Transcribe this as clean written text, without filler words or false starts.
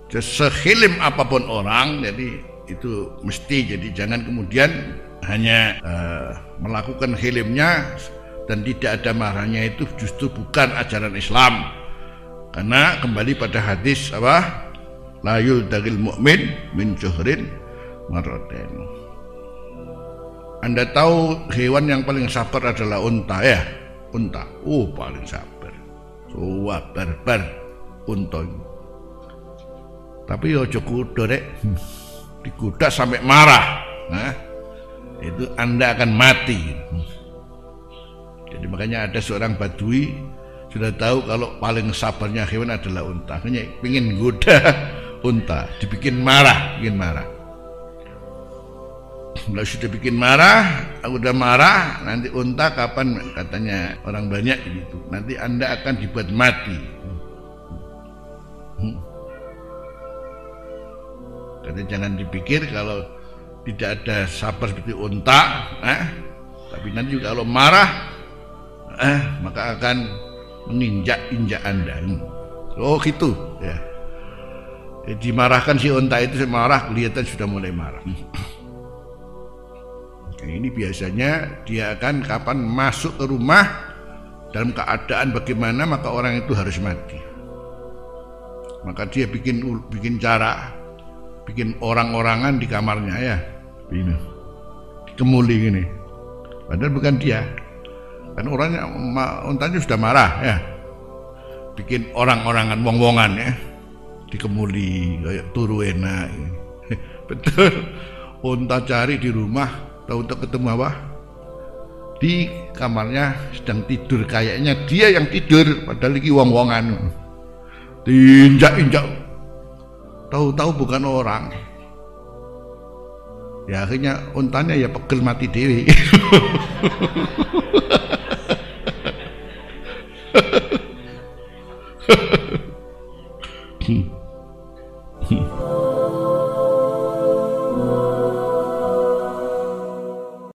Sehilim apapun orang, jadi itu mesti. Jadi jangan kemudian hanya melakukan hilimnya dan tidak ada marahnya, itu justru bukan ajaran Islam. Karena kembali pada hadis apa? La yuldagil mu'min min juhrin marratain. Anda tahu hewan yang paling sabar adalah unta ya? Unta. Paling sabar. Barbar unta. Tapi ojo kuda rek. Dikuda sampai marah. Nah, itu Anda akan mati. Jadi makanya ada seorang badui sudah tahu kalau paling sabarnya hewan adalah unta. Makanya ingin goda unta, dibikin marah, Kalau sudah bikin marah, udah marah, nanti unta kapan, katanya orang banyak gitu, nanti Anda akan dibuat mati. Jadi jangan dipikir kalau tidak ada sabar seperti unta, tapi nanti juga kalau marah, maka akan menginjak-injak Anda. Gitu ya. Dimarahkan si unta itu, marah, kelihatan sudah mulai marah. Ini biasanya dia akan kapan masuk ke rumah dalam keadaan bagaimana, maka orang itu harus mati. Maka dia bikin cara, bikin orang-orangan di kamarnya ya, ini dikemuli gini. Padahal bukan dia, kan orangnya, untanya sudah marah ya, bikin orang-orangan, wong-wongan ya, dikemuli kayak turu enak. Betul, unta cari di rumah, tahu untuk ketemu apa? Di kamarnya sedang tidur, kayaknya dia yang tidur, padahal lagi wong-wongan, diinjak-injak. Tahu-tahu bukan orang. Ya akhirnya untanya ya pegel mati dewi.